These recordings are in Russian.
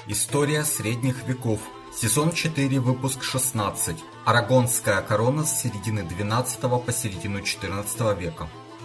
История средних веков. Сезон 4, выпуск 16. Арагонская корона с середины XII по середину XIV века.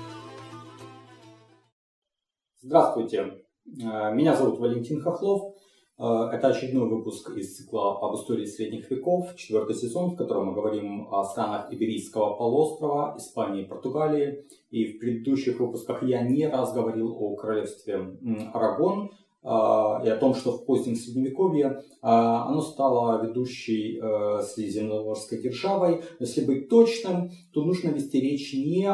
Здравствуйте, меня зовут Валентин Хохлов. Это очередной выпуск из цикла об истории средних веков, 4-й сезон, в котором мы говорим о странах Иберийского полуострова, Испании и Португалии. И в предыдущих выпусках я не раз говорил о королевстве Арагон и о том, что в позднем Средневековье оно стало ведущей средиземноморской державой. Но если быть точным, то нужно вести речь не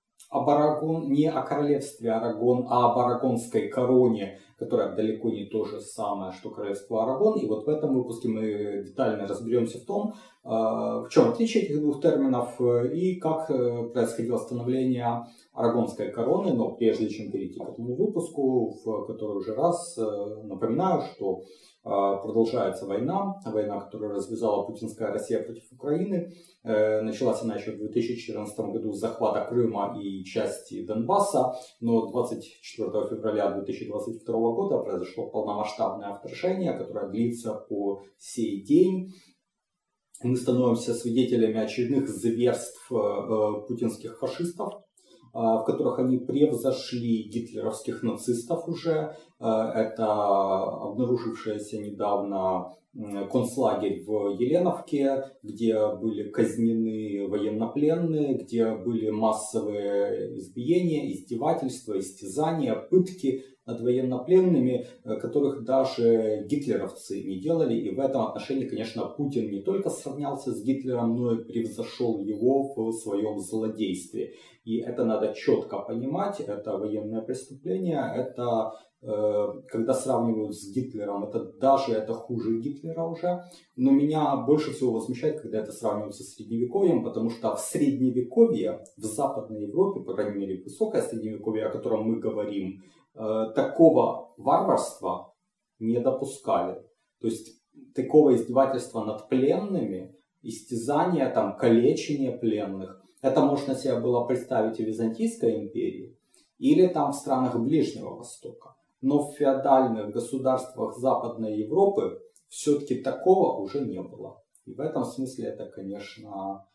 о королевстве Арагон, а об арагонской короне, которая далеко не то же самое, что королевство Арагон. И вот в этом выпуске мы детально разберемся в том, в чем отличие этих двух терминов и как происходило становление арагонской короны. Но прежде чем перейти к этому выпуску, в который уже раз напоминаю, что продолжается война, которую развязала путинская Россия против Украины. Началась она еще в 2014 году с захвата Крыма и части Донбасса, но 24 февраля 2022 года произошло полномасштабное вторжение, которое длится по сей день. Мы становимся свидетелями очередных зверств путинских фашистов, в которых они превзошли гитлеровских нацистов уже. Это обнаружившийся недавно концлагерь в Еленовке, где были казнены военнопленные, где были массовые избиения, издевательства, истязания, пытки над военнопленными, которых даже гитлеровцы не делали. И в этом отношении, конечно, Путин не только сравнялся с Гитлером, но и превзошел его в своем злодействе. И это надо четко понимать, это военное преступление, это когда сравнивают с Гитлером, это хуже Гитлера уже. Но меня больше всего возмущает, когда это сравнивают со Средневековьем, потому что в Средневековье, в Западной Европе, по крайней мере, высокое Средневековье, о котором мы говорим, такого варварства не допускали. То есть такого издевательства над пленными, истязания, калечения пленных, это можно себе было представить и в Византийской империи, или в странах Ближнего Востока. Но в феодальных государствах Западной Европы все-таки такого уже не было. И в этом смысле это, конечно,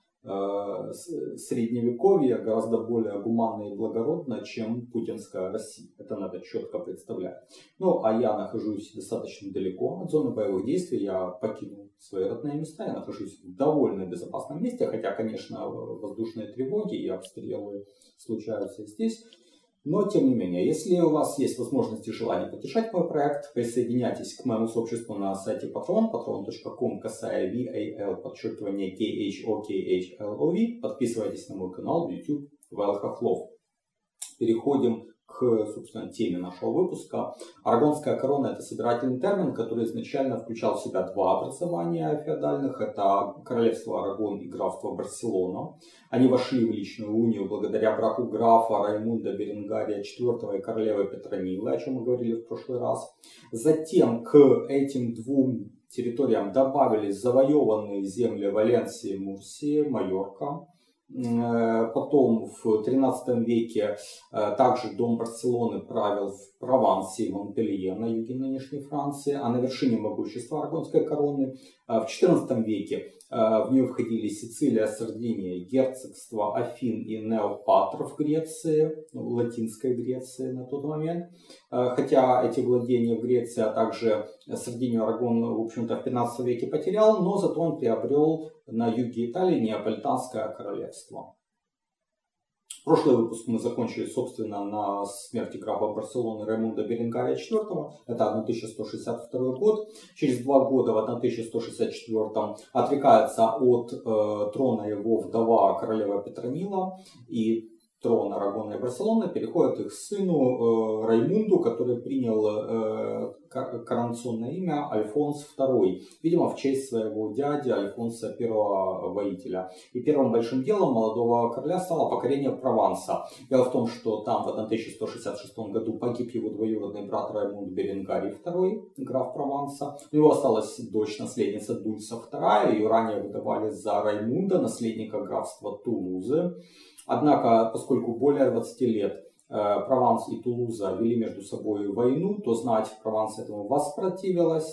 Средневековье гораздо более гуманно и благородно, чем путинская Россия. Это надо четко представлять. А я нахожусь достаточно далеко от зоны боевых действий. Я покинул свои родные места. Я нахожусь в довольно безопасном месте. Хотя, конечно, воздушные тревоги и обстрелы случаются здесь. Но, тем не менее, если у вас есть возможность и желание поддержать мой проект, присоединяйтесь к моему сообществу на сайте Patreon, patreon.com/VAL_KHOKHLOV. Подписывайтесь на мой канал в YouTube Вал Хохлов. Переходим к, собственно, теме нашего выпуска. Арагонская корона – это собирательный термин, который изначально включал в себя два образования феодальных. Это королевство Арагон и графство Барселона. Они вошли в личную унию благодаря браку графа Раймунда Беренгария IV и королевы Петронилы, о чем мы говорили в прошлый раз. Затем к этим двум территориям добавились завоеванные земли Валенсии, Мурсии, Майорка. Потом в XIII веке также дом Барселоны правил в Провансе и Монпелье на юге нынешней Франции, а на вершине могущества арагонской короны в XIV веке в нее входили Сицилия, Сардиния, герцогство Афин и Неопатр в Греции, латинской Греции на тот момент. Хотя эти владения в Греции, а также Сардинию Арагон, в общем-то, в XV веке потерял, но зато он приобрел на юге Италии Неаполитанское королевство. Прошлый выпуск мы закончили, собственно, на смерти графа Барселоны Раймунда Беренгария IV. Это 1162 год. Через 2 года, в 1164, отрекается от трона его вдова королева Петронила, и трон Арагона и Барселоны переходит их сыну Раймунду, который принял коронационное имя Альфонс II, видимо, в честь своего дяди Альфонса I Воителя. И первым большим делом молодого короля стало покорение Прованса. Дело в том, что там в 1166 году погиб его двоюродный брат Раймунд Беренгарий II, граф Прованса. У него осталась дочь, наследница Дульса II, ее ранее выдавали за Раймунда, наследника графства Тулузы. Однако, поскольку более 20 лет Прованс и Тулуза вели между собой войну, то знать Прованс этому воспротивилась.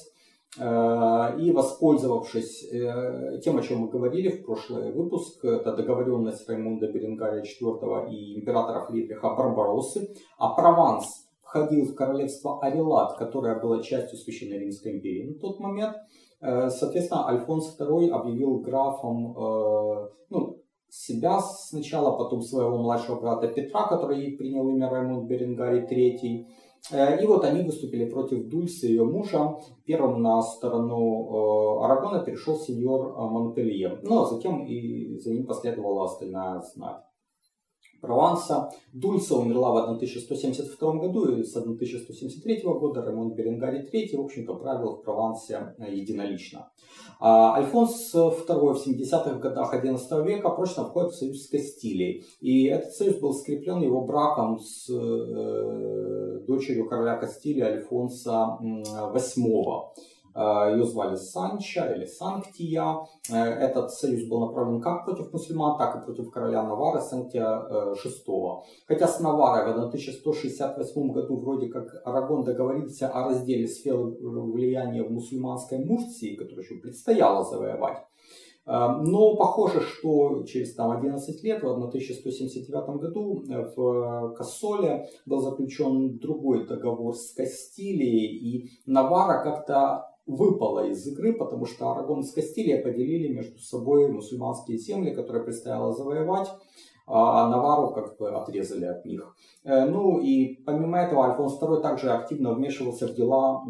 И воспользовавшись тем, о чем мы говорили в прошлый выпуск, это договоренность Раймунда Беренгария IV и императора Фридриха Барбароссы, а Прованс входил в королевство Арелат, которое было частью Священной Римской империи на тот момент. Соответственно, Альфонс II объявил графом себя сначала, потом своего младшего брата Петра, который принял имя Раймунд Беренгарий III. И вот они выступили против Дульсы, ее мужа. Первым на сторону Арагона перешел сеньор Монпелье. Ну а затем и за ним последовала остальная знать Прованса. Дульса умерла в 1172 году, и с 1173 года Раймунд Беренгарий III, в общем-то, правил в Провансе единолично. Альфонс II в 70-х годах XI века прочно входит в союз с Кастилией. И этот союз был скреплен его браком с дочерью короля Кастилии Альфонса VIII. Ее звали Санча или Санктия. Этот союз был направлен как против мусульман, так и против короля Наварры Санктия VI. Хотя с Наваррой в 1168 году вроде как Арагон договорился о разделе сферы влияния в мусульманской Мурсии, которую еще предстояло завоевать. Но похоже, что через 11 лет, в 1179 году, в Кассоле был заключен другой договор с Кастилией, и Наварра как-то выпала из игры, потому что Арагон с Кастилией поделили между собой мусульманские земли, которые предстояло завоевать, а Наварру как бы отрезали от них. Ну и помимо этого Альфонс II также активно вмешивался в дела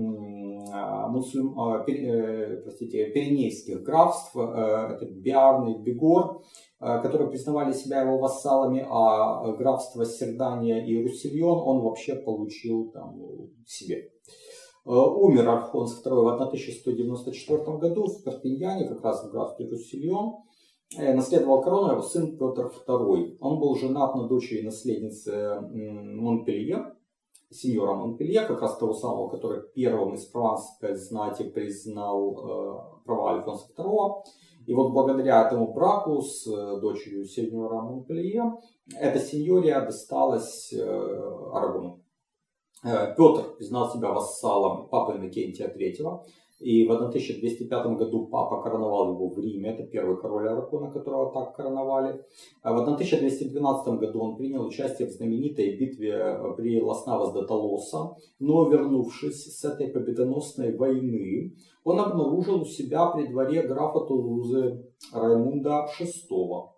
пиренейских графств, это Биарн и Бигор, которые признавали себя его вассалами, а графство Сердания и Руссильон он вообще получил там себе. Умер Альфонс II в 1194 году в Перпиньяне, как раз в графстве Руссильон. Наследовал корону его сын Петр II. Он был женат на дочери наследницы Монпелье, сеньора Монпелье, как раз того самого, который первым из прованской знати признал права Альфонса II. И вот благодаря этому браку с дочерью сеньора Монпелье эта сеньория досталась Арагону. Петр признал себя вассалом папы Иннокентия III. И в 1205 году папа короновал его в Риме. Это первый король Арагона, которого так короновали. В 1212 году он принял участие в знаменитой битве при Лас-Навас де Толоса. Но вернувшись с этой победоносной войны, он обнаружил у себя при дворе графа Тулузы Раймунда VI,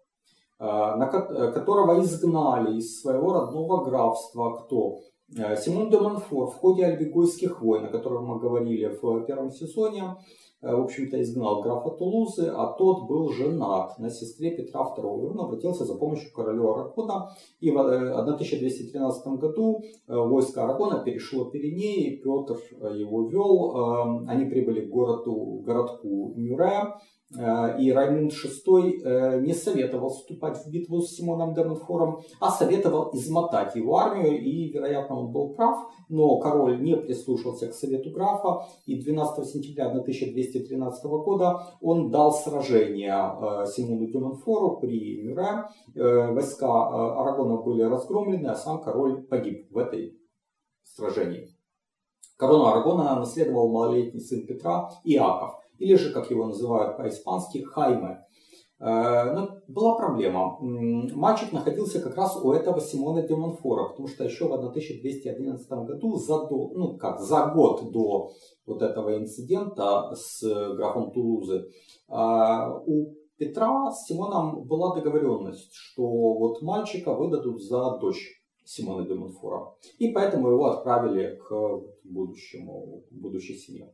которого изгнали из своего родного графства кто? Симон де Монфор в ходе Альбегойских войн, о которых мы говорили в первом сезоне, в общем-то, изгнал графа Тулузы, а тот был женат на сестре Петра II. Он обратился за помощью к королю Арагона, и в 1213 году войско Арагона перешло Пиренеи, Петр его вел, они прибыли к городку Мюре. И Раймунд VI не советовал вступать в битву с Симоном де Монфором, а советовал измотать его армию, и, вероятно, он был прав, но король не прислушался к совету графа, и 12 сентября 1213 года он дал сражение Симону де Монфору при Мюре. Войска Арагона были разгромлены, а сам король погиб в этой сражении. Корону Арагона наследовал малолетний сын Петра Иаков, или же, как его называют по-испански, Хайме. Но была проблема. Мальчик находился как раз у этого Симона де Монфора, потому что еще в 1211 году, за год до вот этого инцидента с графом Тулузы, у Петра с Симоном была договоренность, что вот мальчика выдадут за дочь Симона де Монфора. И поэтому его отправили к будущей семье.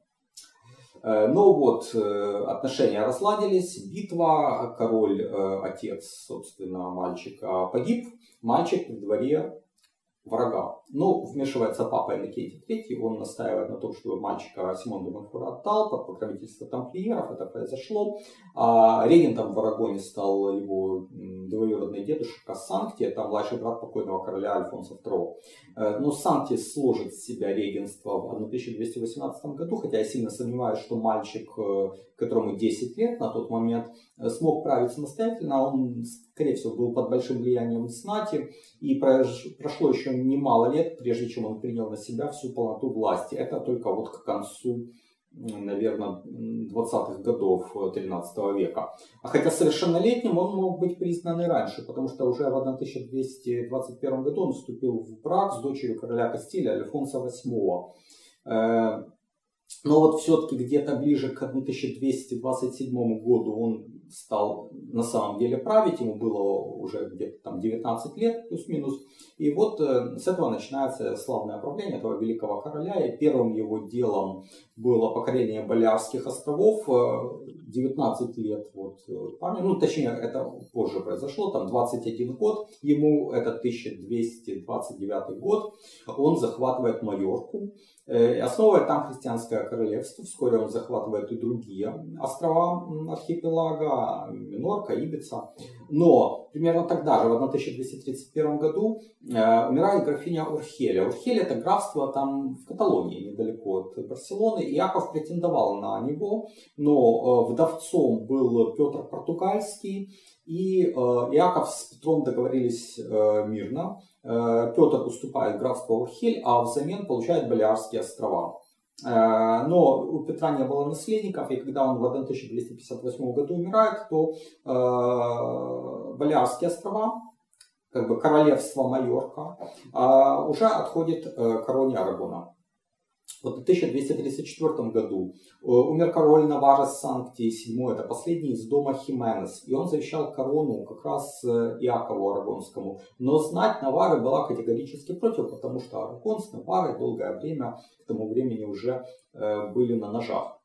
Но вот отношения разладились, битва, король, отец, собственно, мальчика погиб, мальчик при дворе врага. Но вмешивается папа Иннокентий III, он настаивает на том, что мальчика Симон де Монфора отдал под покровительство тамплиеров, это произошло. Регентом в Арагоне стал его двоюродный дедушка Санктий, это младший брат покойного короля Альфонса II. Но Санктий сложит с себя регенство в 1218 году, хотя я сильно сомневаюсь, что мальчик, которому 10 лет на тот момент, смог править самостоятельно. Он, скорее всего, был под большим влиянием знати, и прошло еще немало лет, прежде чем он принял на себя всю полноту власти. Это только вот к концу наверное, 20-х годов 13 века. А хотя совершеннолетним он мог быть признан и раньше, потому что уже в 1221 году он вступил в брак с дочерью короля Кастилии Альфонса VIII. Но вот все-таки где-то ближе к 1227 году он стал на самом деле править, ему было уже где-то там 19 лет плюс-минус. И вот с этого начинается славное правление этого великого короля. И первым его делом было покорение Балеарских островов. 19 лет, вот, ну точнее это позже произошло, там 21 год, ему это 1229 год, он захватывает Майорку. Основывает там христианское королевство. Вскоре он захватывает и другие острова архипелага, Минорка, Ибица. Но примерно тогда же, в 1231 году, умирает графиня Урхеля. Урхель — это графство там в Каталонии, недалеко от Барселоны. Иаков претендовал на него, но вдовцом был Петр Португальский. И Иаков с Петром договорились мирно. Петр уступает графство Урхель, а взамен получает Балеарские острова. Но у Петра не было наследников, и когда он в 1258 году умирает, то Балеарские острова, как бы королевство Майорка, уже отходит короне Арагона. Вот в 1234 году умер король Наварры Санктий VII, это последний из дома Хименес, и он завещал корону как раз Иакову Арагонскому. Но знать Наварры была категорически против, потому что Арагон с Наваррой долгое время к тому времени уже были на ножах.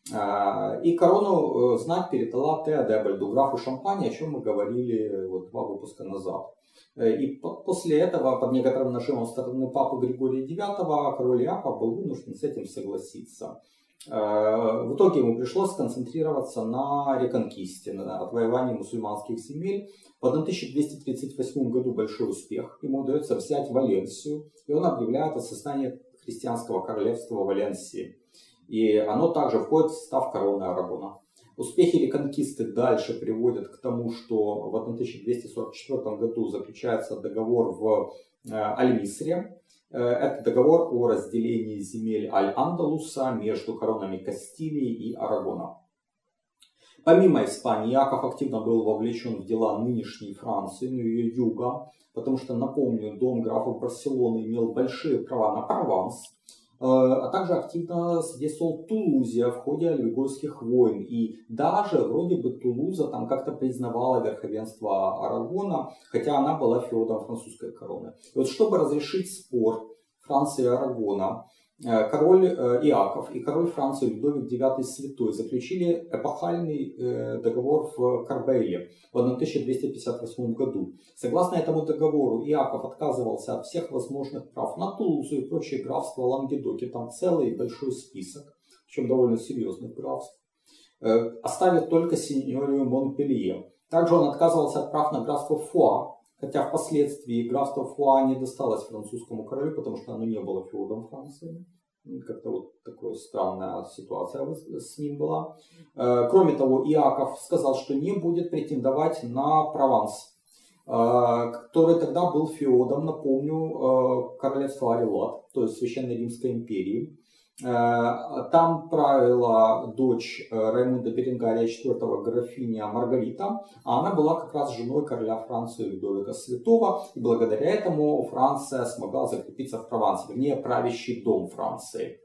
И корону знать передала Теодебальду, графу Шампани, о чем мы говорили вот 2 выпуска назад. И после этого, под некоторым нажимом стороны папы Григория IX, король Иаков был вынужден с этим согласиться. В итоге ему пришлось сконцентрироваться на реконкисте, на отвоевании мусульманских земель. В 1238 году большой успех. Ему удается взять Валенсию, и он объявляет о создании христианского королевства Валенсии. И оно также входит в состав короны Арагона. Успехи реконкисты дальше приводят к тому, что в 1244 году заключается договор в Аль-Мисре. Это договор о разделении земель Аль-Андалуса между коронами Кастилии и Арагона. Помимо Испании, Иаков активно был вовлечен в дела нынешней Франции, ну ее юга, потому что, напомню, дом графов Барселоны имел большие права на Прованс, а также активно содействовал Тулузе в ходе Альбегойских войн. И даже вроде бы Тулуза там как-то признавала верховенство Арагона, хотя она была феодом французской короны. И вот чтобы разрешить спор Франции и Арагона, король Иаков и король Франции Людовик IX Святой заключили эпохальный договор в Корбейле в 1258 году. Согласно этому договору, Иаков отказывался от всех возможных прав на Тулузу и прочие графства Лангедоки. Там целый большой список, причем довольно серьезных графств. Оставив только сеньорию Монпелье. Также он отказывался от прав на графство Фуа, хотя впоследствии графство Фуа не досталось французскому королю, потому что оно не было феодом Франции. Как-то вот такая странная ситуация с ним была. Кроме того, Иаков сказал, что не будет претендовать на Прованс, который тогда был феодом, напомню, королевства Арелат, то есть Священной Римской империи. Там правила дочь Раймунда Беренгария IV, графиня Маргарита, а она была как раз женой короля Франции Людовика Святого, и благодаря этому Франция смогла закрепиться в Провансе, вернее правящий дом Франции.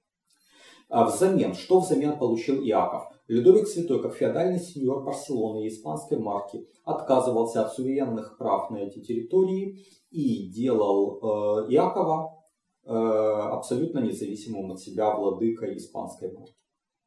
Что взамен получил Иаков? Людовик Святой, как феодальный сеньор Барселоны и испанской марки, отказывался от суверенных прав на эти территории и делал Иакова абсолютно независимым от себя владыкой испанской марки.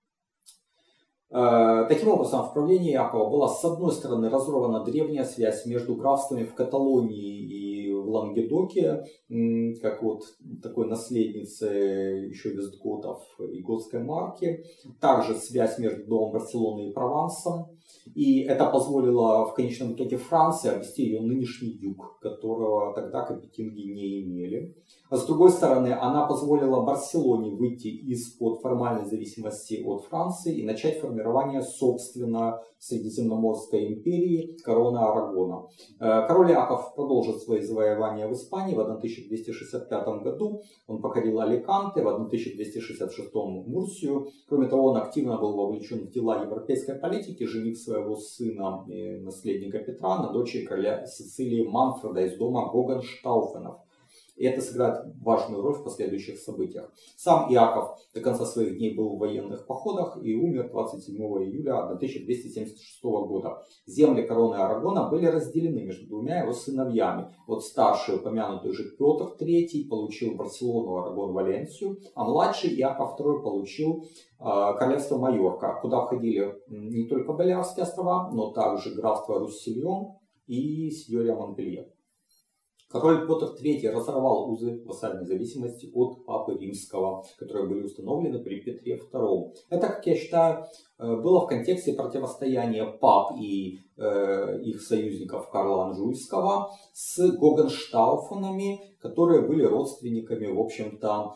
Таким образом, в правлении Иакова была с одной стороны разорвана древняя связь между графствами в Каталонии и в Лангедоке, как вот такой наследницы еще вестготов и готской марки. Также связь между домом Барселоны и Провансом. И это позволило в конечном итоге Франции обрести ее нынешний юг, которого тогда капетинги не имели. А с другой стороны, она позволила Барселоне выйти из-под формальной зависимости от Франции и начать формирование собственно Средиземноморской империи короны Арагона. Король Яков продолжил свои завоевания в Испании в 1265 году. Он покорил Аликанте, в 1266 Мурсию. Кроме того, он активно был вовлечен в дела европейской политики, женив своего сына, наследника Петра, на дочери короля Сицилии Манфреда из дома Гогенштауфенов. И это сыграет важную роль в последующих событиях. Сам Иаков до конца своих дней был в военных походах и умер 27 июля 1276 года. Земли короны Арагона были разделены между двумя его сыновьями. Вот старший, упомянутый уже Петр III, получил Барселону, Арагон, Валенсию, а младший Иаков II получил королевство Майорка, куда входили не только Балеарские острова, но также графство Руссельон и Сьория Монпелье. Король Петр III разорвал узы вассальной зависимости от Папы Римского, которые были установлены при Петре II. Это, как я считаю, было в контексте противостояния пап и их союзников Карла Анжуйского с Гогенштауфенами, которые были родственниками, в общем-то,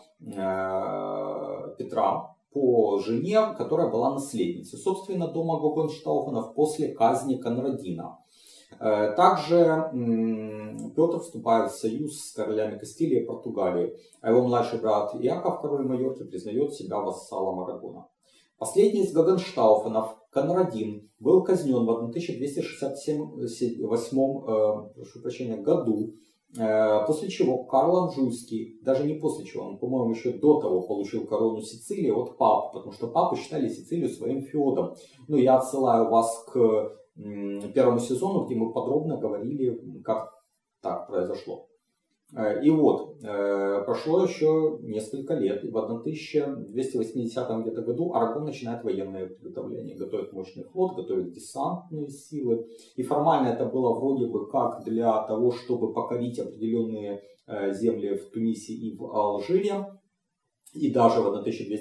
Петра по жене, которая была наследницей, собственно, дома Гогенштауфенов после казни Конрадина. Также Петр вступает в союз с королями Кастилии и Португалии, а его младший брат Иаков, король Майорки, признает себя вассалом Арагона. Последний из Гогенштауфенов, Конрадин, был казнен в 1268 году, после чего Карл Анжуйский, даже не после чего, он, по-моему, еще до того получил корону Сицилии от пап, потому что папы считали Сицилию своим феодом. Ну, я отсылаю вас к первому сезону, где мы подробно говорили, как так произошло. И вот, прошло еще несколько лет, и в 1280 где-то году Арагон начинает военное приготовление, готовит мощный флот, готовит десантные силы. И формально это было вроде бы как для того, чтобы покорить определенные земли в Тунисе и в Алжире. И даже в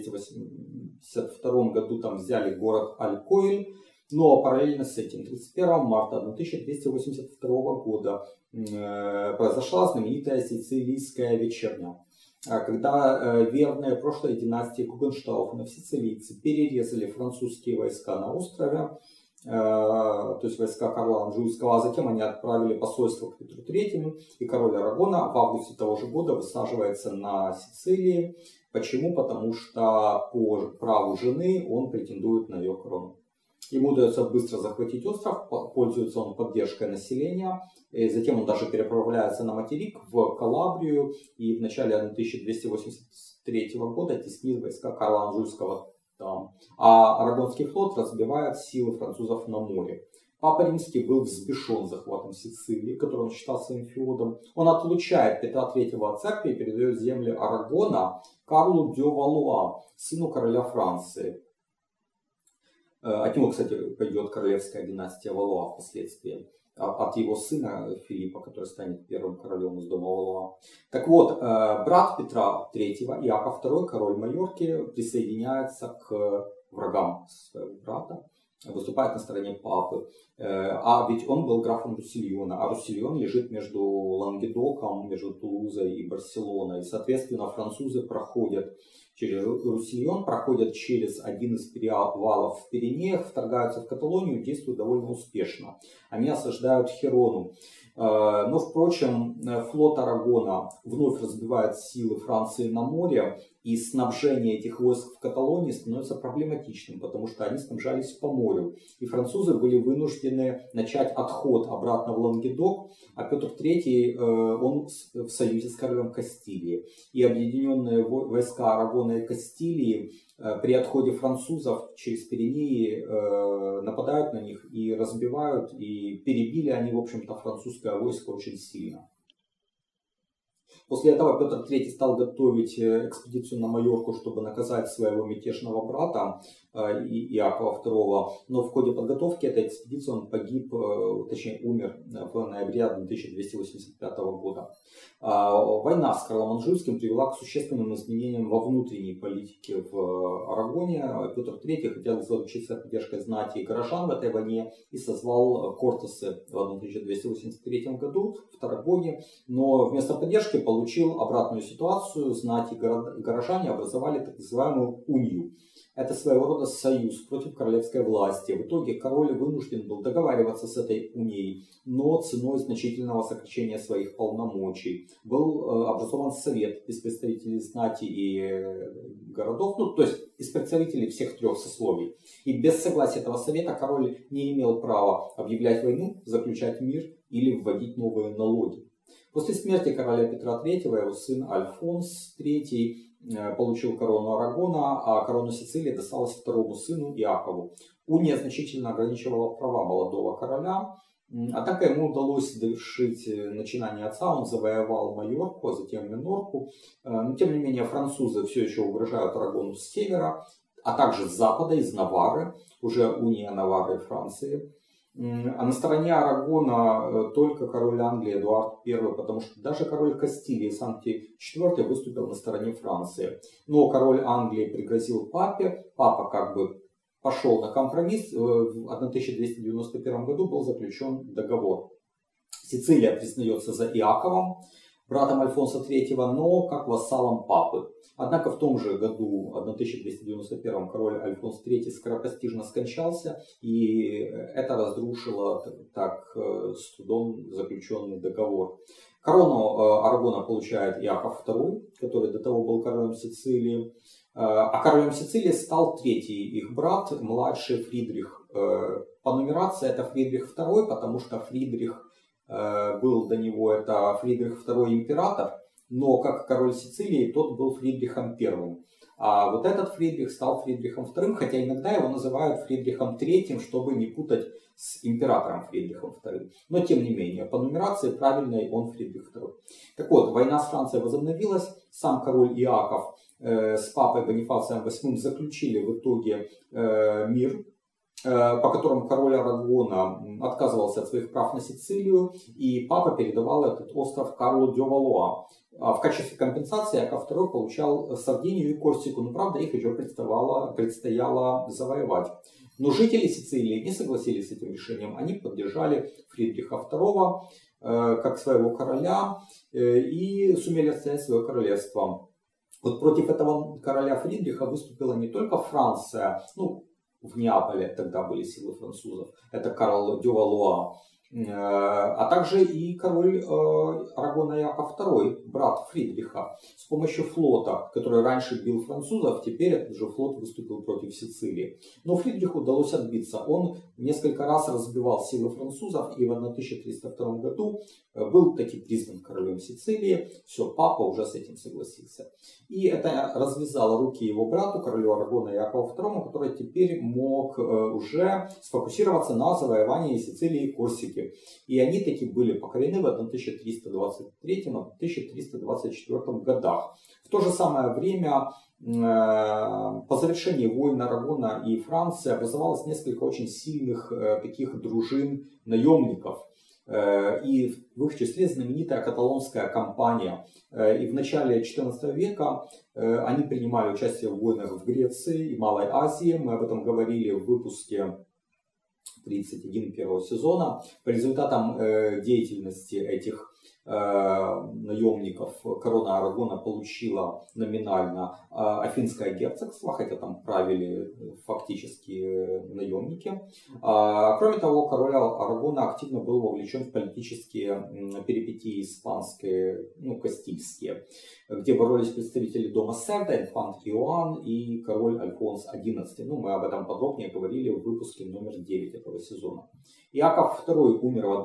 1282 году там взяли город Аль-Коиль. Но параллельно с этим, 31 марта 1282 года произошла знаменитая сицилийская вечерня, когда верные прошлой династии Гогенштауфенов сицилийцы перерезали французские войска на острове, то есть войска Карла Анжуйского, а затем они отправили посольство к Петру III, и король Арагона в августе того же года высаживается на Сицилии. Почему? Потому что по праву жены он претендует на ее корону. Ему удается быстро захватить остров, пользуется он поддержкой населения. И затем он даже переправляется на материк, в Калабрию, и в начале 1283 года теснит войска Карла Анжуйского там. А Арагонский флот разбивает силы французов на море. Папа Римский был взбешен захватом Сицилии, которую он считал своим феодом. Он отлучает Петра III от церкви и передает земли Арагона Карлу де Валуа, сыну короля Франции. От него, кстати, пойдет королевская династия Валуа впоследствии. От его сына Филиппа, который станет первым королем из дома Валуа. Так вот, брат Петра III, Иаков II, король Майорки, присоединяется к врагам своего брата, выступает на стороне папы. А ведь он был графом Руссельона, а Руссельон лежит между Лангедоком, между Тулузой и Барселоной. И, соответственно, французы проходят через Руссельон, проходят через один из перевалов в Пиренеях, вторгаются в Каталонию, действуют довольно успешно. Они осаждают Херону. Но, впрочем, флот Арагона вновь разбивает силы Франции на море, и снабжение этих войск в Каталонии становится проблематичным, потому что они снабжались по морю. И французы были вынуждены начать отход обратно в Лангедок, а Петр III, он в союзе с королем Кастилии. И объединенные войска Арагона и Кастилии при отходе французов через Пиренеи нападают на них и разбивают, и перебили они, в общем-то, французское войско очень сильно. После этого Петр III стал готовить экспедицию на Майорку, чтобы наказать своего мятежного брата. Иакова II, но в ходе подготовки этой экспедиции он погиб, точнее умер в ноябре 1285 года. Война с Карлом Анжуйским привела к существенным изменениям во внутренней политике в Арагоне. Петр III хотел заручиться поддержкой знати и горожан в этой войне и созвал Кортесы в 1283 году в Таррагоне, но вместо поддержки получил обратную ситуацию. Знать и горожане образовали так называемую унию. Это своего рода союз против королевской власти. В итоге король вынужден был договариваться с этой унией, но ценой значительного сокращения своих полномочий. Был образован совет из представителей знати и городов, ну, то есть из представителей всех трех сословий. И без согласия этого совета король не имел права объявлять войну, заключать мир или вводить новые налоги. После смерти короля Петра III его сын Альфонс III получил корону Арагона, а корону Сицилии досталась второму сыну Иакову. Уния значительно ограничивала права молодого короля, однако ему удалось довершить начинание отца. Он завоевал Майорку, а затем Минорку. Но тем не менее французы все еще угрожают Арагону с севера, а также с запада, из Наварры, уже уния Наварры и Франции. А на стороне Арагона только король Англии Эдуард I, потому что даже король Кастилии Санкти IV выступил на стороне Франции. Но король Англии пригрозил папе, папа как бы пошел на компромисс. В 1291 году был заключен договор. Сицилия признается за Иаковом, братом Альфонса III, но как вассалом папы. Однако в том же году, 1291, король Альфонс III скоропостижно скончался, и это разрушило так с трудом заключенный договор. Корону Арагона получает Иаков II, который до того был королем Сицилии. А королем Сицилии стал третий их брат, младший Фридрих. По нумерации это Фридрих II, потому что Фридрих был до него, это Фридрих II император, но как король Сицилии тот был Фридрихом I. А вот этот Фридрих стал Фридрихом II, хотя иногда его называют Фридрихом III, чтобы не путать с императором Фридрихом II. Но тем не менее, по нумерации правильной он Фридрих II. Так вот, война с Францией возобновилась, сам король Иаков с папой Бонифацием VIII заключили в итоге мир, по которым король Арагона отказывался от своих прав на Сицилию, и папа передавал этот остров Карлу де Валуа. В качестве компенсации Иаков II получал Сардинию и Корсику, но правда их еще предстояло завоевать. Но жители Сицилии не согласились с этим решением, они поддержали Фридриха II как своего короля и сумели отстоять свое королевство. Вот против этого короля Фридриха выступила не только Франция, ну, в Неаполе тогда были силы французов, это Карл де Валуа, а также и король Арагона Иаков II, брат Фридриха. С помощью флота, который раньше бил французов, теперь этот же флот выступил против Сицилии. Но Фридриху удалось отбиться. Он несколько раз разбивал силы французов и в 1302 году был таки признан королем Сицилии. Все, папа уже с этим согласился. И это развязало руки его брату, королю Арагона Иакову II, который теперь мог уже сфокусироваться на завоевании Сицилии и Корсики. И они таки были покорены в 1323-1324 годах. В то же самое время, по завершении войн Арагона и Франции, образовалось несколько очень сильных таких дружин наемников. И в их числе знаменитая каталонская кампания. И в начале XIV века они принимали участие в войнах в Греции и Малой Азии. Мы об этом говорили в выпуске 31 первого сезона. По результатам деятельности этих наемников корона Арагона получила номинально Афинское герцогство, хотя там правили фактически наемники. Кроме того, король Арагона активно был вовлечен в политические перипетии испанские, кастильские, где боролись представители дома Серда, инфант Иоанн и король Альфонс XI. Мы об этом подробнее говорили в выпуске номер 9 этого сезона. Иаков II умер в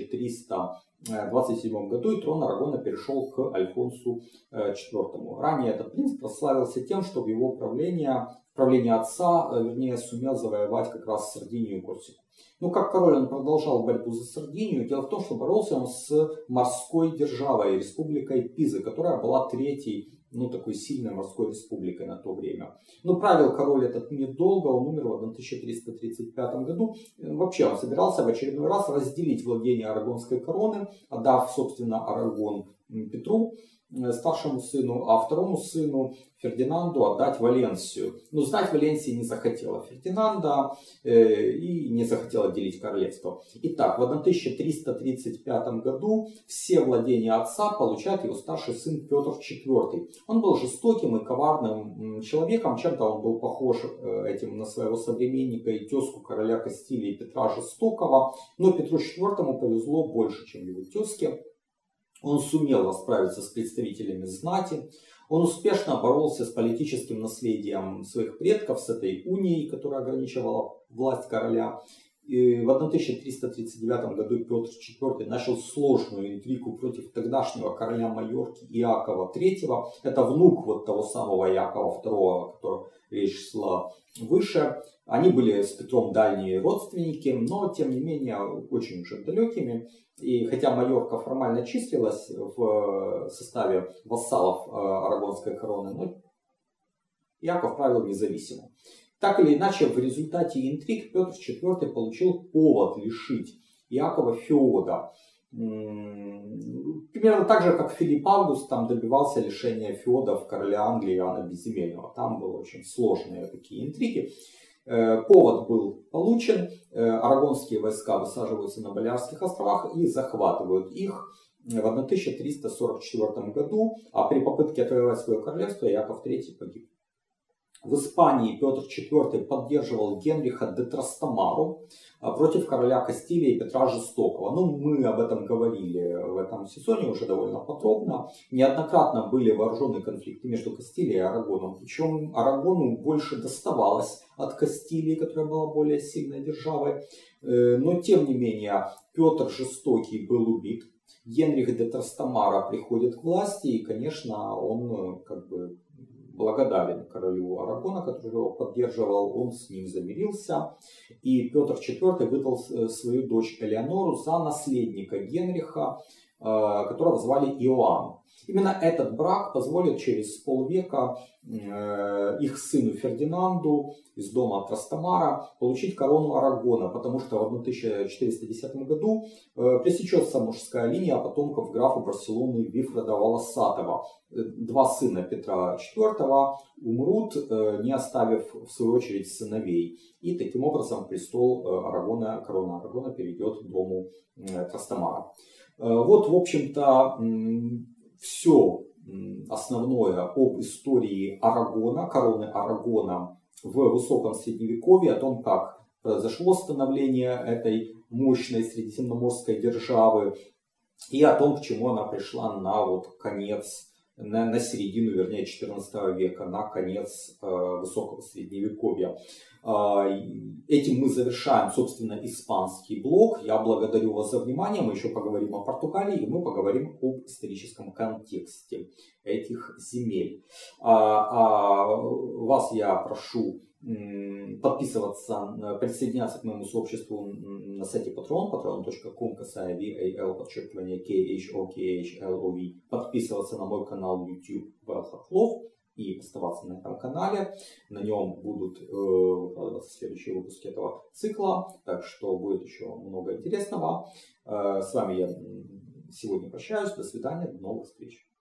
1327 году, и трон Арагона перешел к Альфонсу IV. Ранее этот принц прославился тем, что в его правление правления отца, вернее, сумел завоевать как раз Сардинию и Корсику. Ну, как король он продолжал борьбу за Сардинию. Дело в том, что боролся он с морской державой, республикой Пизы, которая была третьей, ну, такой сильной морской республикой на то время. Но правил король этот недолго, он умер в 1335 году. Вообще он собирался в очередной раз разделить владение Арагонской короны, отдав, собственно, Арагон Петру, старшему сыну, а второму сыну Фердинанду отдать Валенсию. Но сдать Валенсии не захотела Фердинанда и не захотела делить королевство. Итак, в 1335 году все владения отца получает его старший сын Петр IV. Он был жестоким и коварным человеком, чем-то он был похож этим на своего современника и тезку короля Кастилии Петра Жестокого, но Петру IV повезло больше, чем его тезке. Он сумел расправиться с представителями знати, он успешно боролся с политическим наследием своих предков, с этой унией, которая ограничивала власть короля. И в 1339 году Петр IV начал сложную интригу против тогдашнего короля Майорки Иакова III. Это внук вот того самого Иакова II, о котором речь шла выше. Они были с Петром дальние родственники, но тем не менее очень уже далекими. И хотя Майорка формально числилась в составе вассалов Арагонской короны, но Иаков правил независимо. Так или иначе, в результате интриг Петр IV получил повод лишить Иакова феода. Примерно так же, как Филипп Август там добивался лишения феодов короля Англии Иоанна Безземельного. Там были очень сложные такие интриги. Повод был получен, арагонские войска высаживаются на Балиарских островах и захватывают их в 1344 году, а при попытке отвоевать свое королевство Иаков III погиб. В Испании Петр IV поддерживал Генриха де Трастамару против короля Кастилии Петра Жестокого. Ну, мы об этом говорили в этом сезоне уже довольно подробно. Неоднократно были вооруженные конфликты между Кастилией и Арагоном. Причем Арагону больше доставалось от Кастилии, которая была более сильной державой. Но, тем не менее, Петр Жестокий был убит. Генрих де Трастамара приходит к власти, и, конечно, он благодарен королю Арагона, который его поддерживал, он с ним замирился. И Петр IV выдал свою дочь Элеонору за наследника Генриха, которого звали Иоанн. Именно этот брак позволит через полвека их сыну Фердинанду из дома Трастамара получить корону Арагона, потому что в 1410 году пресечется мужская линия потомков графа Барселоны Вифреда Волосатого. Два сына Петра IV умрут, не оставив в свою очередь сыновей. И таким образом престол Арагона, корона Арагона перейдет дому Трастамара. Вот, в общем-то, все основное об истории Арагона, короны Арагона в высоком средневековье, о том, как произошло становление этой мощной средиземноморской державы и о том, к чему она пришла на конец, на середину, вернее, XIV века, на конец высокого средневековья. Этим мы завершаем, собственно, испанский блок. Я благодарю вас за внимание. Мы еще поговорим о Португалии, и мы поговорим об историческом контексте этих земель. Вас я прошу подписываться, присоединяться к моему сообществу на сайте Patreon, patreon.com, val_KHOKHLOV, подписываться на мой канал YouTube Вэл Хохлов и оставаться на этом канале. На нем будут выкладываться следующие выпуски этого цикла, так что будет еще много интересного. С вами я сегодня прощаюсь. До свидания, до новых встреч.